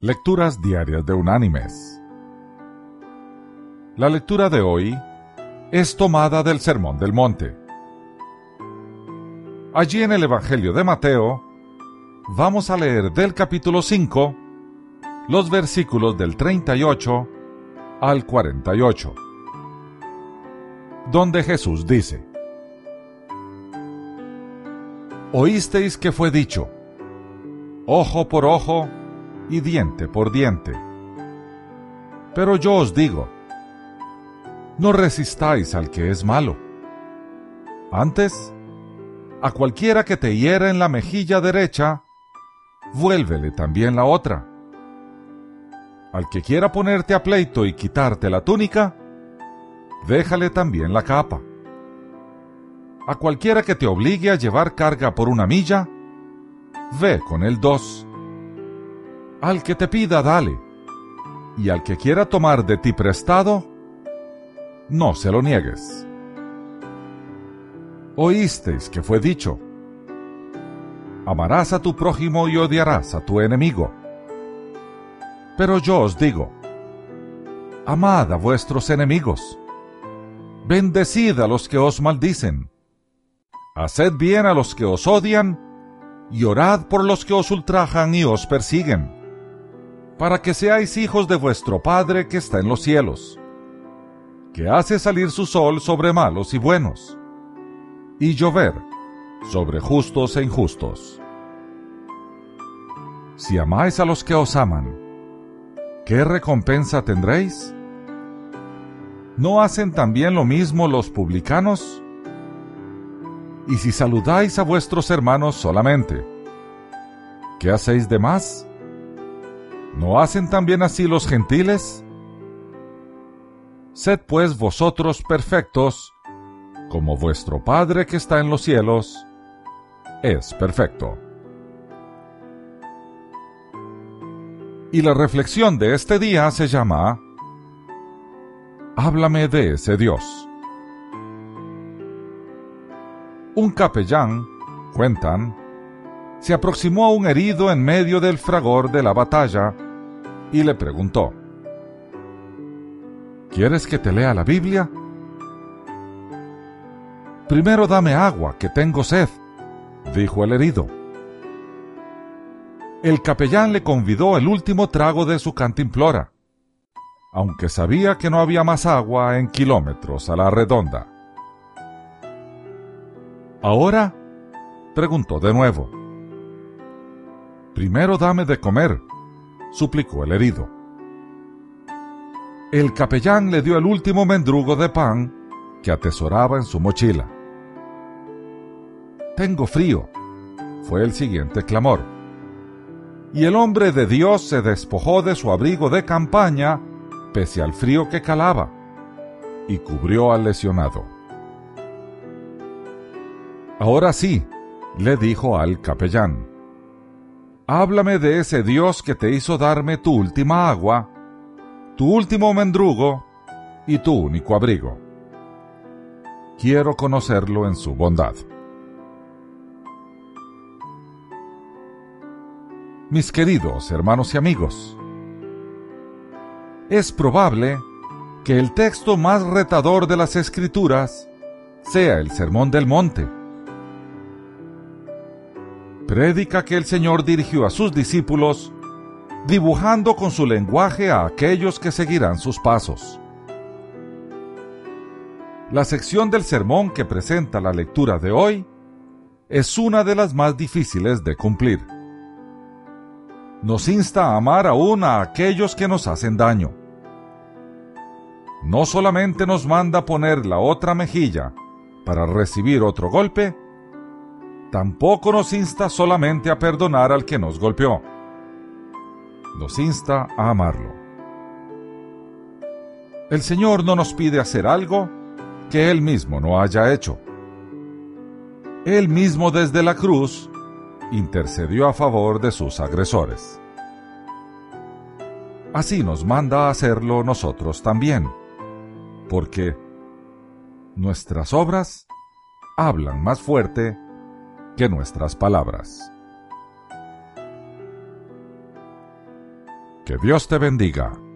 Lecturas diarias de Unánimes. La lectura de hoy es tomada del Sermón del Monte. Allí en el Evangelio de Mateo, vamos a leer del capítulo 5, los versículos del 38 al 48, donde Jesús dice: Oísteis que fue dicho, ojo por ojo y diente por diente. Pero yo os digo, no resistáis al que es malo. Antes, a cualquiera que te hiera en la mejilla derecha, vuélvele también la otra. Al que quiera ponerte a pleito y quitarte la túnica, déjale también la capa. A cualquiera que te obligue a llevar carga por 1 milla, ve con él 2. Al que te pida, dale, y al que quiera tomar de ti prestado, no se lo niegues. Oísteis que fue dicho, amarás a tu prójimo y odiarás a tu enemigo. Pero yo os digo, amad a vuestros enemigos, bendecid a los que os maldicen, haced bien a los que os odian, y orad por los que os ultrajan y os persiguen, para que seáis hijos de vuestro Padre que está en los cielos, que hace salir su sol sobre malos y buenos, y llover sobre justos e injustos. Si amáis a los que os aman, ¿qué recompensa tendréis? ¿No hacen también lo mismo los publicanos? Y si saludáis a vuestros hermanos solamente, ¿qué hacéis de más? ¿No hacen también así los gentiles? Sed pues vosotros perfectos, como vuestro Padre que está en los cielos es perfecto. Y la reflexión de este día se llama Háblame de ese Dios. Un capellán, cuentan, se aproximó a un herido en medio del fragor de la batalla y le preguntó: ¿Quieres que te lea la Biblia? Primero dame agua, que tengo sed, dijo el herido. El capellán le convidó el último trago de su cantimplora, aunque sabía que no había más agua en kilómetros a la redonda. ¿Ahora? Preguntó de nuevo. Primero dame de comer, suplicó el herido. El capellán le dio el último mendrugo de pan que atesoraba en su mochila. Tengo frío, fue el siguiente clamor. Y el hombre de Dios se despojó de su abrigo de campaña, pese al frío que calaba, y cubrió al lesionado. Ahora sí, le dijo al capellán, háblame de ese Dios que te hizo darme tu última agua, tu último mendrugo y tu único abrigo. Quiero conocerlo en su bondad. Mis queridos hermanos y amigos, es probable que el texto más retador de las Escrituras sea el Sermón del Monte. Prédica que el Señor dirigió a sus discípulos, dibujando con su lenguaje a aquellos que seguirán sus pasos. La sección del sermón que presenta la lectura de hoy es una de las más difíciles de cumplir. Nos insta a amar aún a aquellos que nos hacen daño. No solamente nos manda poner la otra mejilla para recibir otro golpe, tampoco nos insta solamente a perdonar al que nos golpeó. Nos insta a amarlo. El Señor no nos pide hacer algo que Él mismo no haya hecho. Él mismo desde la cruz intercedió a favor de sus agresores. Así nos manda a hacerlo nosotros también, porque nuestras obras hablan más fuerte que nuestras palabras. Que Dios te bendiga.